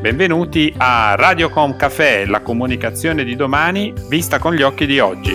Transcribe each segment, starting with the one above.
Benvenuti a Radiocom Café, la comunicazione di domani vista con gli occhi di oggi.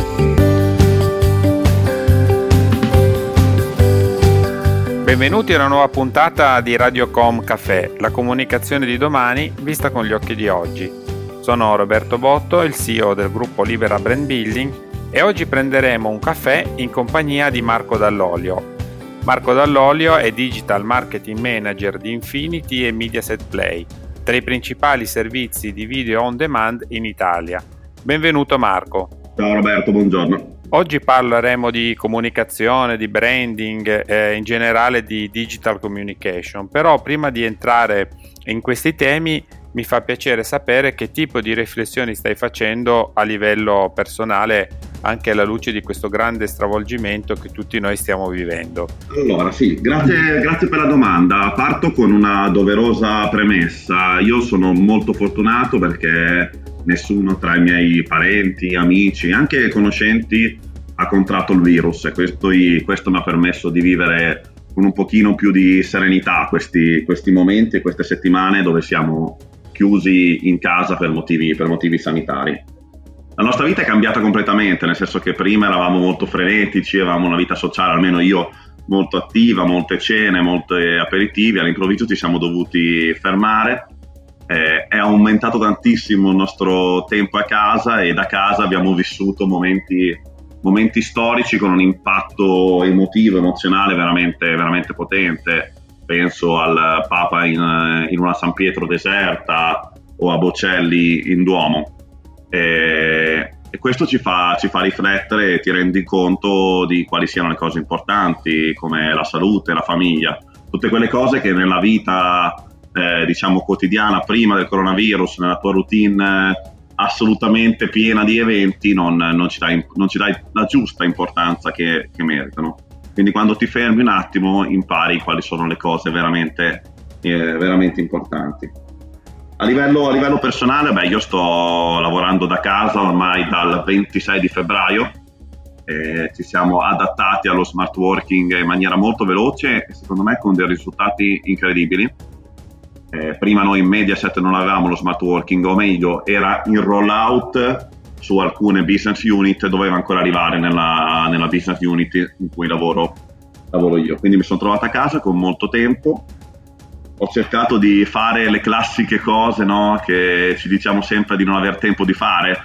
Benvenuti a una nuova puntata di Radiocom Café, la comunicazione di domani vista con gli occhi di oggi. Sono Roberto Botto, il CEO del gruppo Libera Brand Building, e oggi prenderemo un caffè in compagnia di Marco Dall'Olio. Marco Dall'Olio è Digital Marketing Manager di Infinity e Mediaset Play, tra i principali servizi di video on demand in Italia. Benvenuto Marco. Ciao Roberto, buongiorno. Oggi parleremo di comunicazione, di branding e in generale di digital communication, però prima di entrare in questi temi mi fa piacere sapere che tipo di riflessioni stai facendo a livello personale anche alla luce di questo grande stravolgimento che tutti noi stiamo vivendo. Allora sì, grazie per la domanda. Parto con una doverosa premessa. Io sono molto fortunato perché nessuno tra i miei parenti, amici, anche conoscenti ha contratto il virus, e questo mi ha permesso di vivere con un pochino più di serenità questi momenti e queste settimane dove siamo chiusi in casa per motivi sanitari. La nostra vita è cambiata completamente, nel senso che prima eravamo molto frenetici, avevamo una vita sociale, almeno io, molto attiva, molte cene, molti aperitivi. All'improvviso ci siamo dovuti fermare, è aumentato tantissimo il nostro tempo a casa e da casa abbiamo vissuto momenti storici con un impatto emotivo, emozionale veramente potente. Penso al Papa in una San Pietro deserta o a Bocelli in Duomo. E questo ci fa riflettere e ti rendi conto di quali siano le cose importanti, come la salute, la famiglia, tutte quelle cose che nella vita quotidiana prima del coronavirus, nella tua routine assolutamente piena di eventi, non ci dai la giusta importanza che meritano. Quindi quando ti fermi un attimo impari quali sono le cose veramente importanti. A livello personale, io sto lavorando da casa ormai dal 26 di febbraio, ci siamo adattati allo smart working in maniera molto veloce e secondo me con dei risultati incredibili. Prima noi in Mediaset non avevamo lo smart working, o meglio era in rollout su alcune business unit, doveva ancora arrivare nella business unit in cui lavoro io. Quindi mi sono trovato a casa con molto tempo. Ho cercato di fare le classiche cose, no? Che ci diciamo sempre di non aver tempo di fare,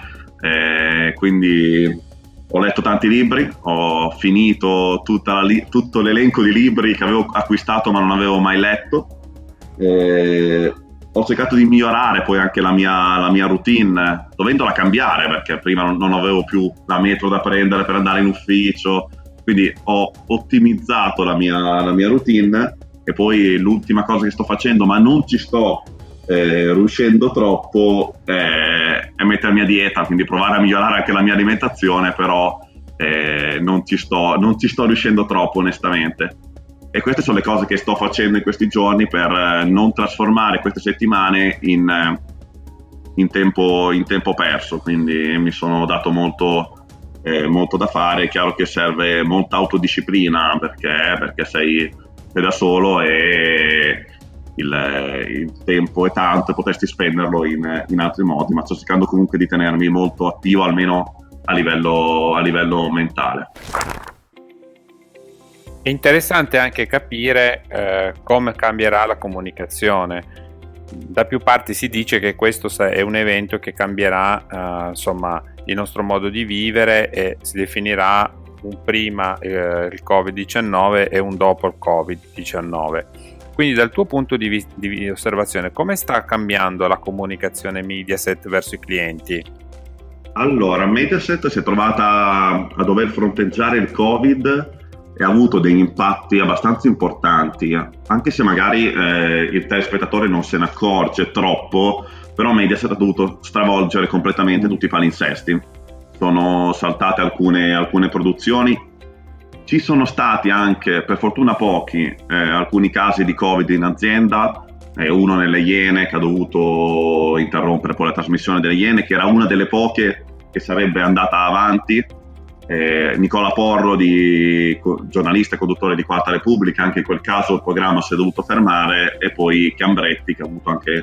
quindi ho letto tanti libri, ho finito tutto l'elenco di libri che avevo acquistato ma non avevo mai letto, ho cercato di migliorare poi anche la mia routine, dovendola cambiare perché prima non avevo più la metro da prendere per andare in ufficio, quindi ho ottimizzato la mia routine. E poi l'ultima cosa che sto facendo, ma non ci sto riuscendo troppo, è mettermi a dieta, quindi provare a migliorare anche la mia alimentazione, però non ci sto riuscendo troppo onestamente. E queste sono le cose che sto facendo in questi giorni per non trasformare queste settimane in tempo perso, quindi mi sono dato molto da fare. È chiaro che serve molta autodisciplina perché sei da solo e il tempo è tanto e potresti spenderlo in altri modi, ma sto cercando comunque di tenermi molto attivo, almeno a livello mentale. È interessante anche capire come cambierà la comunicazione. Da più parti si dice che questo è un evento che cambierà il nostro modo di vivere e si definirà un prima il Covid-19 e un dopo il Covid-19. Quindi dal tuo punto di osservazione, come sta cambiando la comunicazione Mediaset verso i clienti? Allora, Mediaset si è trovata a dover fronteggiare il Covid e ha avuto degli impatti abbastanza importanti, anche se magari il telespettatore non se ne accorge troppo, però Mediaset ha dovuto stravolgere completamente tutti i palinsesti. Sono saltate alcune produzioni, ci sono stati anche, per fortuna pochi, alcuni casi di Covid in azienda, uno nelle Iene che ha dovuto interrompere poi la trasmissione delle Iene, che era una delle poche che sarebbe andata avanti. Nicola Porro, giornalista e conduttore di Quarta Repubblica, anche in quel caso il programma si è dovuto fermare, e poi Chiambretti, che ha avuto anche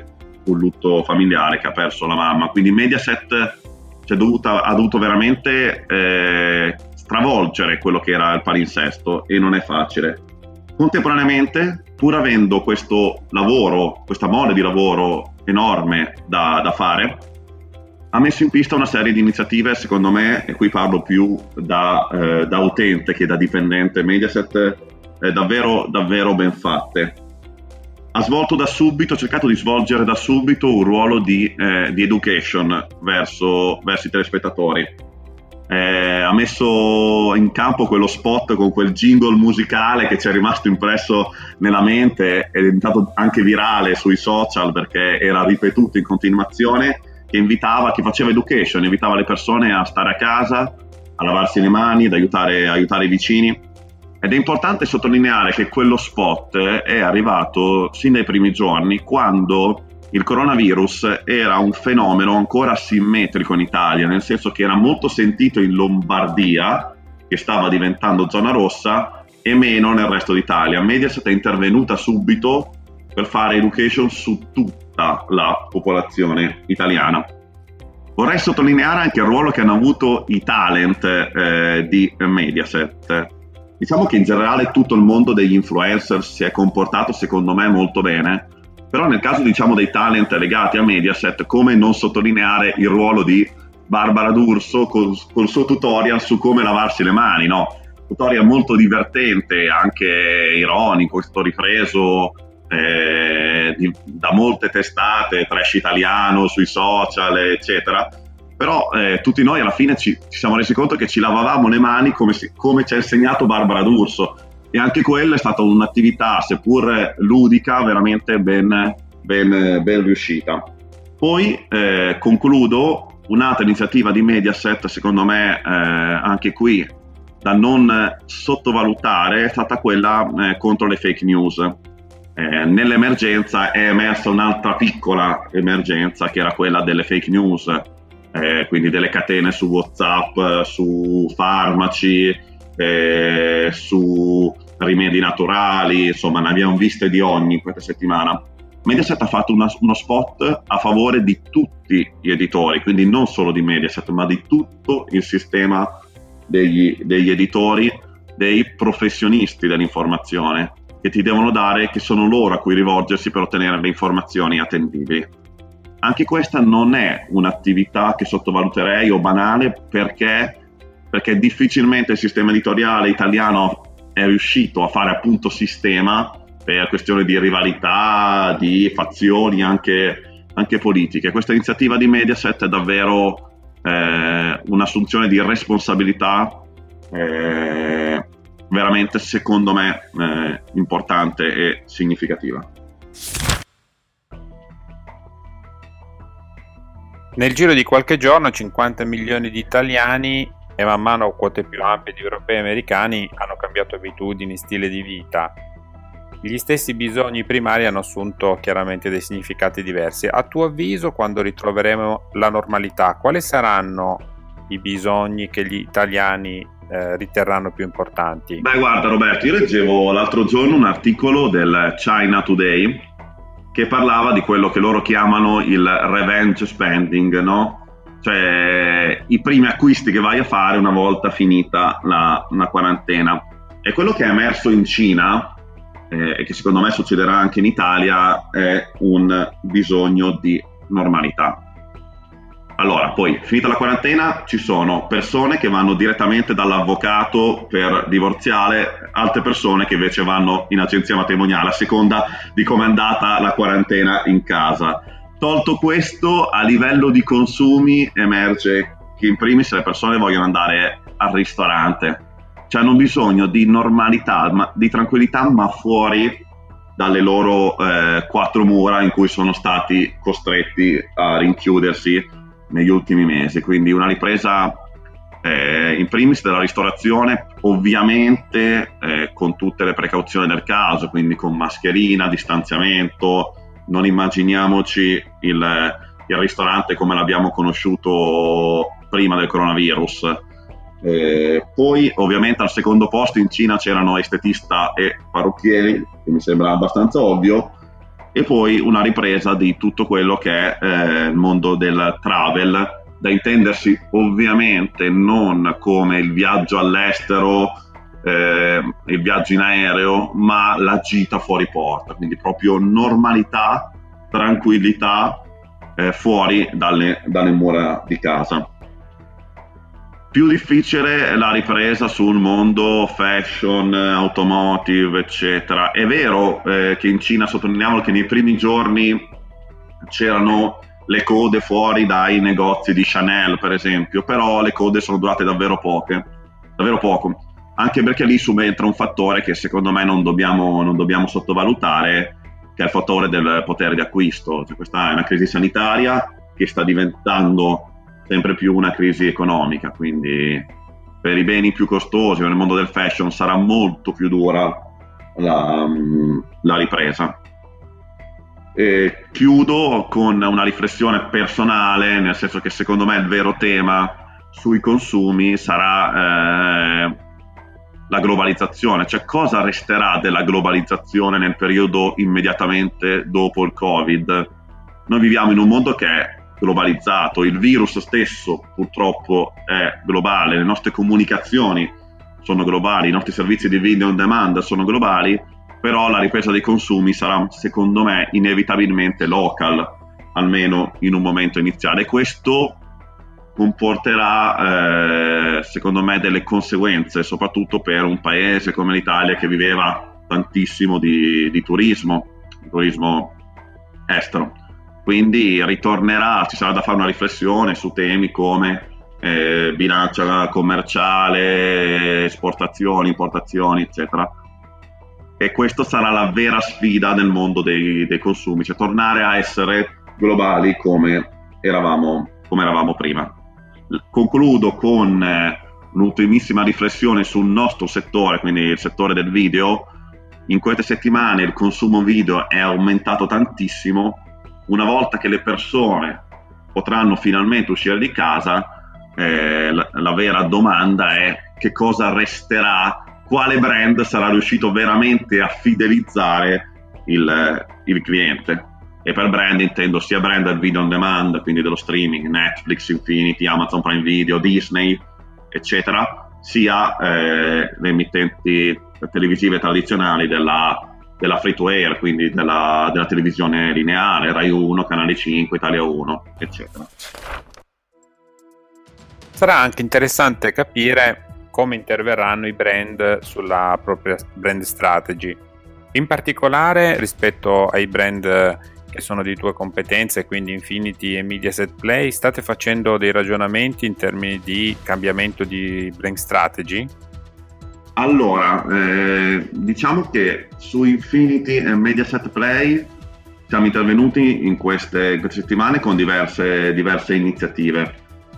un lutto familiare, che ha perso la mamma, quindi Mediaset ha dovuto veramente stravolgere quello che era il palinsesto, e non è facile. Contemporaneamente, pur avendo questo lavoro, questa mole di lavoro enorme da fare, ha messo in pista una serie di iniziative, secondo me, e qui parlo più da utente che da dipendente Mediaset, davvero, davvero ben fatte. Ha cercato di svolgere da subito un ruolo di education verso i telespettatori. Ha messo in campo quello spot con quel jingle musicale che ci è rimasto impresso nella mente, è diventato anche virale sui social perché era ripetuto in continuazione, che faceva education, invitava le persone a stare a casa, a lavarsi le mani, ad aiutare i vicini. Ed è importante sottolineare che quello spot è arrivato sin dai primi giorni, quando il coronavirus era un fenomeno ancora asimmetrico in Italia, nel senso che era molto sentito in Lombardia, che stava diventando zona rossa, e meno nel resto d'Italia. Mediaset è intervenuta subito per fare education su tutta la popolazione italiana. Vorrei sottolineare anche il ruolo che hanno avuto i talent di Mediaset. Diciamo che in generale tutto il mondo degli influencer si è comportato, secondo me, molto bene, però nel caso, diciamo, dei talent legati a Mediaset, come non sottolineare il ruolo di Barbara D'Urso col suo tutorial su come lavarsi le mani, no? Tutorial molto divertente, anche ironico, è stato ripreso da molte testate, trash italiano, sui social, eccetera. Però tutti noi alla fine ci siamo resi conto che ci lavavamo le mani come ci ha insegnato Barbara D'Urso, e anche quella è stata un'attività, seppur ludica, veramente ben riuscita. Poi concludo, un'altra iniziativa di Mediaset, secondo me anche qui da non sottovalutare, è stata quella contro le fake news. Nell'emergenza è emersa un'altra piccola emergenza, che era quella delle fake news, quindi delle catene su WhatsApp, su farmaci, su rimedi naturali, insomma ne abbiamo viste di ogni questa settimana. Mediaset ha fatto uno spot a favore di tutti gli editori, quindi non solo di Mediaset, ma di tutto il sistema degli editori, dei professionisti dell'informazione, che ti devono dare, che sono loro a cui rivolgersi per ottenere le informazioni attendibili. Anche questa non è un'attività che sottovaluterei o banale, perché difficilmente il sistema editoriale italiano è riuscito a fare appunto sistema per questioni di rivalità, di fazioni anche politiche. Questa iniziativa di Mediaset è davvero un'assunzione di responsabilità veramente, secondo me, importante e significativa. Nel giro di qualche giorno 50 milioni di italiani, e man mano quote più ampie di europei e americani, hanno cambiato abitudini, stile di vita. Gli stessi bisogni primari hanno assunto chiaramente dei significati diversi. A tuo avviso, quando ritroveremo la normalità, quali saranno i bisogni che gli italiani riterranno più importanti? Beh, guarda Roberto, io leggevo l'altro giorno un articolo del China Today che parlava di quello che loro chiamano il revenge spending, no? Cioè i primi acquisti che vai a fare una volta finita la quarantena. E quello che è emerso in Cina, e che secondo me succederà anche in Italia, è un bisogno di normalità. Allora, poi, finita la quarantena, ci sono persone che vanno direttamente dall'avvocato per divorziare, altre persone che invece vanno in agenzia matrimoniale, a seconda di come è andata la quarantena in casa. Tolto questo, a livello di consumi emerge che in primis le persone vogliono andare al ristorante, cioè hanno bisogno di normalità, di tranquillità, ma fuori dalle loro quattro mura in cui sono stati costretti a rinchiudersi negli ultimi mesi. Quindi una ripresa in primis della ristorazione, ovviamente con tutte le precauzioni del caso, quindi con mascherina, distanziamento. Non immaginiamoci il ristorante come l'abbiamo conosciuto prima del coronavirus. Poi ovviamente al secondo posto in Cina c'erano estetista e parrucchieri, che mi sembra abbastanza ovvio, e poi una ripresa di tutto quello che è il mondo del travel, da intendersi ovviamente non come il viaggio all'estero, il viaggio in aereo, ma la gita fuori porta, quindi proprio normalità, tranquillità fuori dalle mura di casa. Più difficile è la ripresa sul mondo fashion, automotive, eccetera. È vero che in Cina, sottolineiamo che nei primi giorni c'erano le code fuori dai negozi di Chanel, per esempio, però le code sono durate davvero poco, anche perché lì subentra un fattore che secondo me non dobbiamo sottovalutare, che è il fattore del potere di acquisto. Cioè, questa è una crisi sanitaria che sta diventando sempre più una crisi economica, quindi per i beni più costosi nel mondo del fashion sarà molto più dura la ripresa. E chiudo con una riflessione personale, nel senso che secondo me il vero tema sui consumi sarà la globalizzazione, cioè cosa resterà della globalizzazione nel periodo immediatamente dopo il Covid. Noi viviamo in un mondo che è globalizzato, il virus stesso purtroppo è globale, le nostre comunicazioni sono globali, i nostri servizi di video on demand sono globali, però la ripresa dei consumi sarà secondo me inevitabilmente local, almeno in un momento iniziale, e questo comporterà secondo me delle conseguenze, soprattutto per un paese come l'Italia che viveva tantissimo di turismo estero. Quindi ci sarà da fare una riflessione su temi come bilancia commerciale, esportazioni, importazioni, eccetera. E questa sarà la vera sfida nel mondo dei consumi, cioè tornare a essere globali come eravamo prima. Concludo con un'ultimissima riflessione sul nostro settore, quindi il settore del video. In queste settimane il consumo video è aumentato tantissimo. Una volta che le persone potranno finalmente uscire di casa, la vera domanda è che cosa resterà, quale brand sarà riuscito veramente a fidelizzare il cliente. E per brand intendo sia brand del video on demand, quindi dello streaming, Netflix, Infinity, Amazon Prime Video, Disney, eccetera, sia le emittenti televisive tradizionali della free to air, quindi della televisione lineare, Rai 1, Canale 5, Italia 1, eccetera. Sarà anche interessante capire come interverranno i brand sulla propria brand strategy, in particolare rispetto ai brand che sono di tue competenze, quindi Infinity e Mediaset Play. State facendo dei ragionamenti in termini di cambiamento di brand strategy? Allora, diciamo che su Infinity e Mediaset Play siamo intervenuti in queste settimane con diverse iniziative.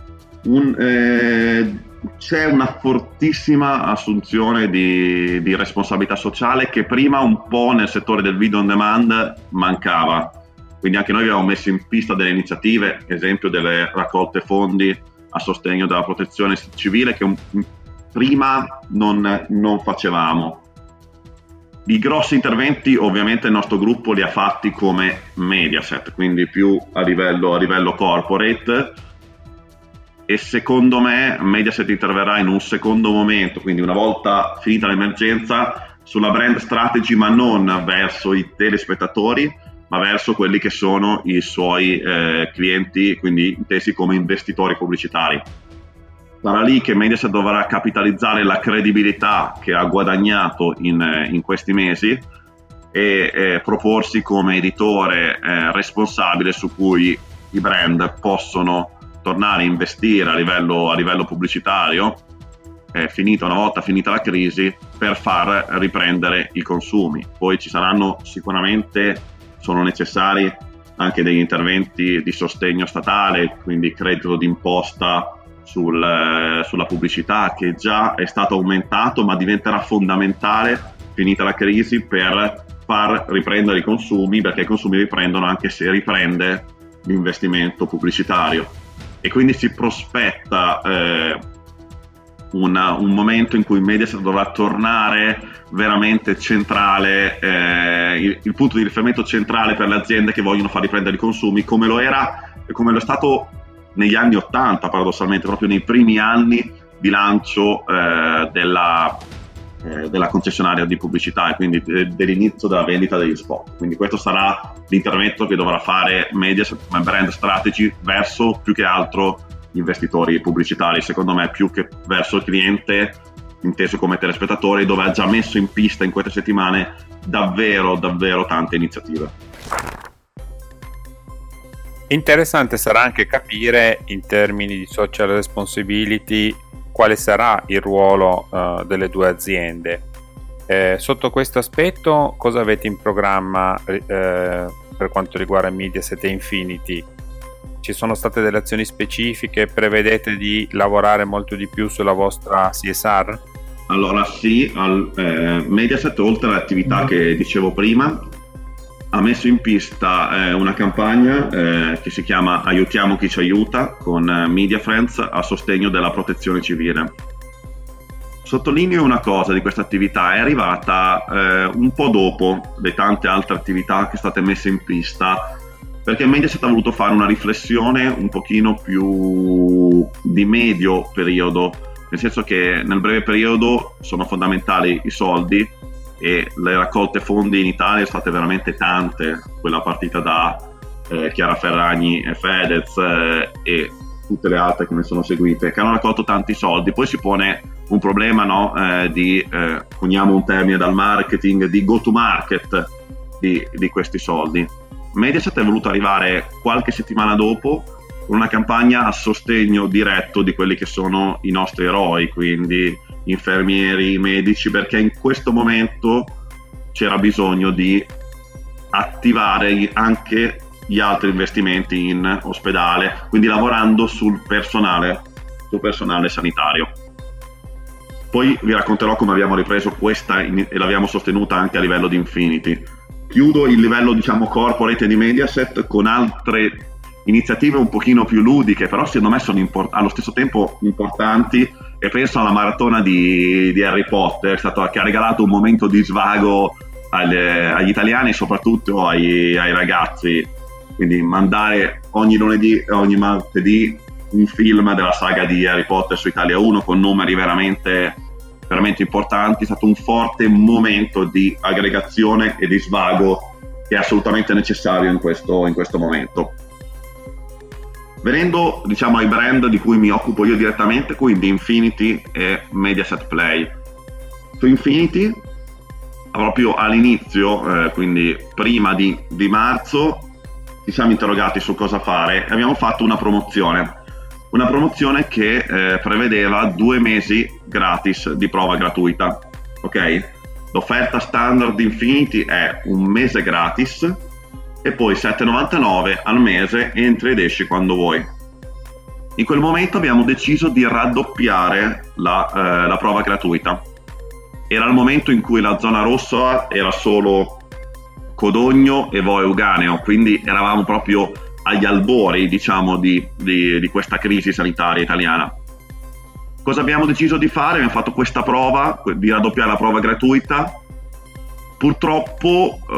C'è una fortissima assunzione di responsabilità sociale che prima un po' nel settore del video on demand mancava. Quindi anche noi abbiamo messo in pista delle iniziative, esempio delle raccolte fondi a sostegno della protezione civile, che prima non facevamo. I grossi interventi ovviamente il nostro gruppo li ha fatti come Mediaset, quindi più a livello corporate, e secondo me Mediaset interverrà in un secondo momento, quindi una volta finita l'emergenza, sulla brand strategy, ma non verso i telespettatori, ma verso quelli che sono i suoi clienti, quindi intesi come investitori pubblicitari. Sarà lì che Mediaset dovrà capitalizzare la credibilità che ha guadagnato in questi mesi e proporsi come editore responsabile su cui i brand possono tornare a investire a livello pubblicitario, una volta finita la crisi, per far riprendere i consumi. Poi ci saranno sicuramente, sono necessari anche degli interventi di sostegno statale, quindi credito d'imposta sulla pubblicità, che già è stato aumentato, ma diventerà fondamentale finita la crisi per far riprendere i consumi, perché i consumi riprendono anche se riprende l'investimento pubblicitario. E quindi si prospetta un momento in cui Mediaset dovrà tornare veramente centrale, il punto di riferimento centrale per le aziende che vogliono far riprendere i consumi, come lo era e come lo è stato negli anni '80, paradossalmente, proprio nei primi anni di lancio della concessionaria di pubblicità e quindi dell'inizio della vendita degli spot. Quindi questo sarà l'intervento che dovrà fare Mediaset come brand strategy verso più che altro gli investitori pubblicitari, secondo me, più che verso il cliente inteso come telespettatore, dove ha già messo in pista in queste settimane davvero tante iniziative. Interessante sarà anche capire in termini di social responsibility quale sarà il ruolo delle due aziende. Sotto questo aspetto, cosa avete in programma per quanto riguarda Mediaset e Infinity? Ci sono state delle azioni specifiche? Prevedete di lavorare molto di più sulla vostra CSR? Allora sì, Mediaset, oltre all'attività che dicevo prima, ha messo in pista una campagna che si chiama Aiutiamo chi ci aiuta, con Media Friends a sostegno della protezione civile. Sottolineo una cosa di questa attività: è arrivata un po' dopo le tante altre attività che sono state messe in pista, perché Mediaset ha voluto fare una riflessione un pochino più di medio periodo, nel senso che nel breve periodo sono fondamentali i soldi e le raccolte fondi in Italia sono state veramente tante, quella partita da Chiara Ferragni e Fedez e tutte le altre che ne sono seguite, che hanno raccolto tanti soldi. Poi si pone un problema, no? Coniamo un termine dal marketing, di go to market di questi soldi. Mediaset è voluto arrivare qualche settimana dopo con una campagna a sostegno diretto di quelli che sono i nostri eroi, quindi infermieri, medici, perché in questo momento c'era bisogno di attivare anche gli altri investimenti in ospedale, quindi lavorando sul personale sanitario. Poi vi racconterò come abbiamo ripreso questa e l'abbiamo sostenuta anche a livello di Infinity. Chiudo il livello, diciamo, corporate di Mediaset con altre iniziative un pochino più ludiche, però secondo me sono allo stesso tempo importanti, e penso alla maratona di Harry Potter, che ha regalato un momento di svago agli italiani e soprattutto ai ragazzi. Quindi mandare ogni lunedì e ogni martedì un film della saga di Harry Potter su Italia 1 con numeri veramente importanti è stato un forte momento di aggregazione e di svago che è assolutamente necessario in questo momento. Venendo, diciamo, ai brand di cui mi occupo io direttamente, quindi Infinity e Mediaset Play. Su Infinity, proprio all'inizio, quindi prima di marzo, ci siamo interrogati su cosa fare e abbiamo fatto una promozione che prevedeva 2 mesi gratis di prova gratuita, ok? L'offerta standard di Infinity è 1 mese gratis e poi 7,99 al mese, entri ed esci quando vuoi. In quel momento abbiamo deciso di raddoppiare la prova gratuita. Era il momento in cui la zona rossa era solo Codogno e Vo Euganeo, quindi eravamo proprio agli albori, diciamo, di questa crisi sanitaria italiana. Cosa abbiamo deciso di fare? Abbiamo fatto questa prova, di raddoppiare la prova gratuita. Purtroppo,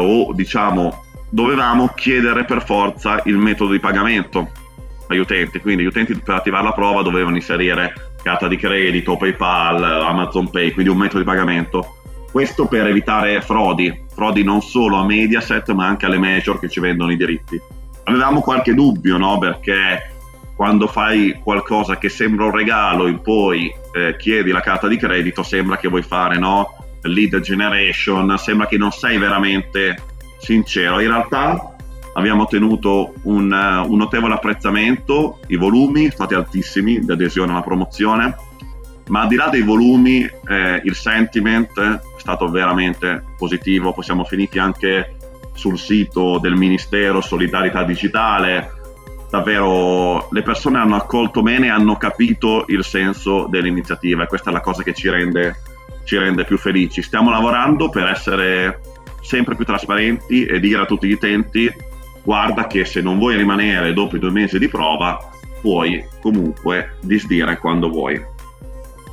dovevamo chiedere per forza il metodo di pagamento agli utenti, quindi gli utenti per attivare la prova dovevano inserire carta di credito, PayPal, Amazon Pay, quindi un metodo di pagamento. Questo per evitare frodi non solo a Mediaset ma anche alle major che ci vendono i diritti. Avevamo qualche dubbio, no? Perché quando fai qualcosa che sembra un regalo e poi chiedi la carta di credito, sembra che vuoi fare, no? Lead generation, sembra che non sei veramente sincero. In realtà abbiamo ottenuto un notevole apprezzamento, i volumi sono stati altissimi di adesione alla promozione, ma al di là dei volumi il sentiment è stato veramente positivo. Poi siamo finiti anche sul sito del Ministero Solidarietà Digitale. Davvero le persone hanno accolto bene, hanno capito il senso dell'iniziativa e questa è la cosa che ci rende più felici. Stiamo lavorando per essere sempre più trasparenti e dire a tutti gli utenti: guarda che se non vuoi rimanere dopo i 2 mesi di prova puoi comunque disdire quando vuoi.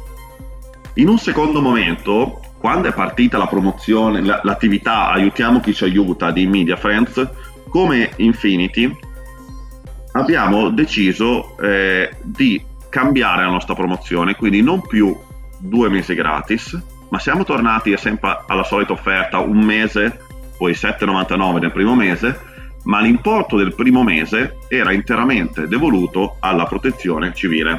In un secondo momento, quando è partita la promozione, l'attività Aiutiamo chi ci aiuta di Media Friends, come Infinity abbiamo deciso di cambiare la nostra promozione, quindi non più 2 mesi gratis, ma siamo tornati sempre alla solita offerta, un mese, poi 7,99 nel primo mese, ma l'importo del primo mese era interamente devoluto alla protezione civile.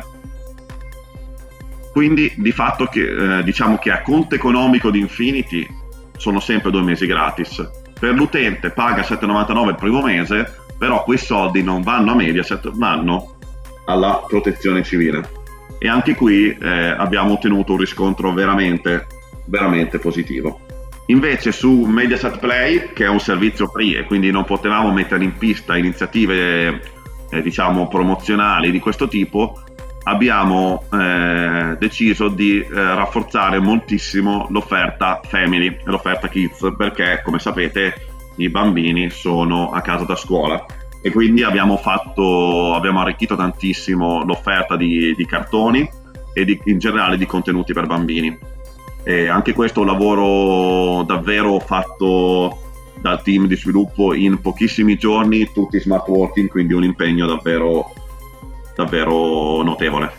Quindi di fatto che, diciamo che a conto economico di Infinity sono sempre 2 mesi gratis. Per l'utente paga 7,99 il primo mese, però quei soldi non vanno a Mediaset, vanno alla protezione civile. E anche qui abbiamo ottenuto un riscontro veramente, veramente positivo. Invece su Mediaset Play, che è un servizio free e quindi non potevamo mettere in pista iniziative diciamo promozionali di questo tipo, abbiamo deciso di rafforzare moltissimo l'offerta Family e l'offerta Kids, perché come sapete i bambini sono a casa da scuola e quindi abbiamo arricchito tantissimo l'offerta di cartoni e in generale di contenuti per bambini. E anche questo è un lavoro davvero fatto dal team di sviluppo in pochissimi giorni, tutti smart working, quindi un impegno davvero notevole.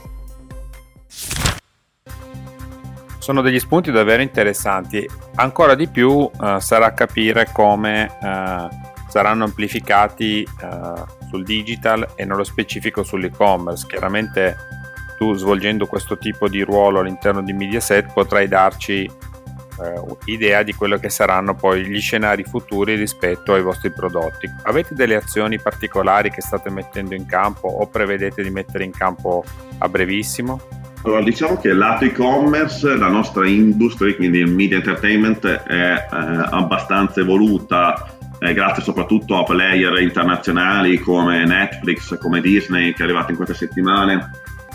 Sono degli spunti davvero interessanti. Ancora di più sarà capire come saranno amplificati sul digital e nello specifico sull'e-commerce. Chiaramente tu, svolgendo questo tipo di ruolo all'interno di Mediaset, potrai darci idea di quello che saranno poi gli scenari futuri rispetto ai vostri prodotti. Avete delle azioni particolari che state mettendo in campo o prevedete di mettere in campo a brevissimo? Allora, diciamo che lato e-commerce, la nostra industria, quindi il media entertainment, è abbastanza evoluta grazie soprattutto a player internazionali come Netflix, come Disney, che è arrivato in queste settimane,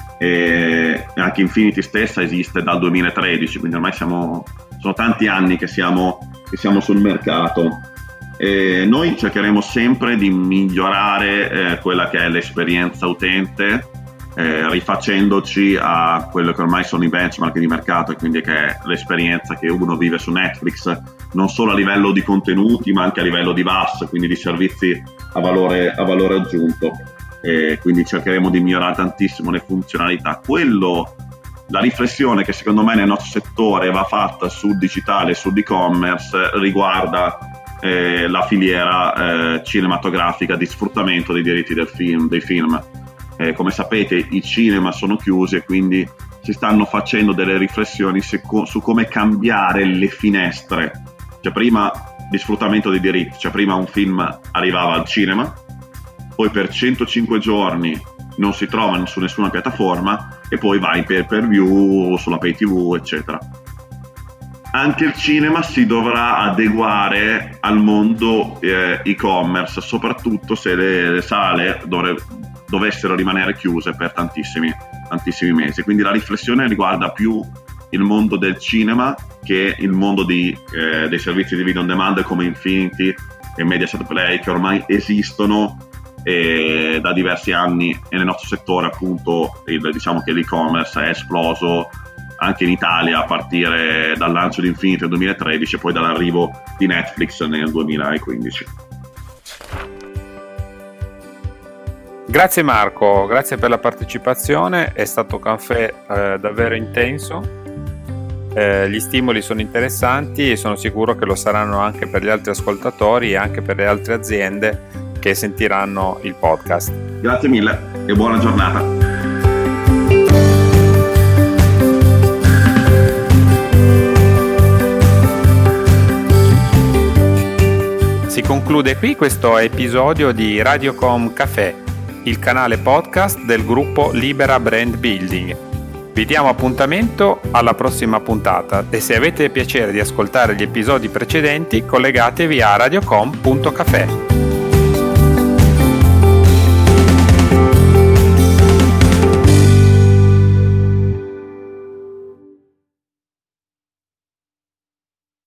e anche Infinity stessa esiste dal 2013, quindi ormai sono tanti anni che siamo sul mercato. E noi cercheremo sempre di migliorare quella che è l'esperienza utente, rifacendoci a quello che ormai sono i benchmark di mercato, e quindi che è l'esperienza che uno vive su Netflix, non solo a livello di contenuti ma anche a livello di VAS, quindi di servizi a valore aggiunto. E quindi cercheremo di migliorare tantissimo le funzionalità. La riflessione che secondo me nel nostro settore va fatta sul digitale e sull'e-commerce riguarda la filiera cinematografica di sfruttamento dei diritti dei film. Come sapete i cinema sono chiusi e quindi si stanno facendo delle riflessioni su come cambiare le finestre. Cioè prima di sfruttamento dei diritti, cioè prima un film arrivava al cinema, poi per 105 giorni non si trova su nessuna piattaforma e poi va in pay-per-view, sulla pay TV, eccetera. Anche il cinema si dovrà adeguare al mondo e-commerce, soprattutto se le sale dovessero rimanere chiuse per tantissimi mesi. Quindi la riflessione riguarda più il mondo del cinema che il mondo dei servizi di video on demand come Infinity e Mediaset Play, che ormai esistono da diversi anni, e nel nostro settore appunto diciamo che l'e-commerce è esploso anche in Italia a partire dal lancio di Infinity nel 2013 e poi dall'arrivo di Netflix nel 2015. Grazie Marco, grazie per la partecipazione, è stato un caffè davvero intenso. Gli stimoli sono interessanti e sono sicuro che lo saranno anche per gli altri ascoltatori e anche per le altre aziende che sentiranno il podcast. Grazie mille e buona giornata. Si conclude qui questo episodio di Radiocom Café, il canale podcast del gruppo Libera Brand Building. Vi diamo appuntamento alla prossima puntata e se avete piacere di ascoltare gli episodi precedenti collegatevi a radiocom.café.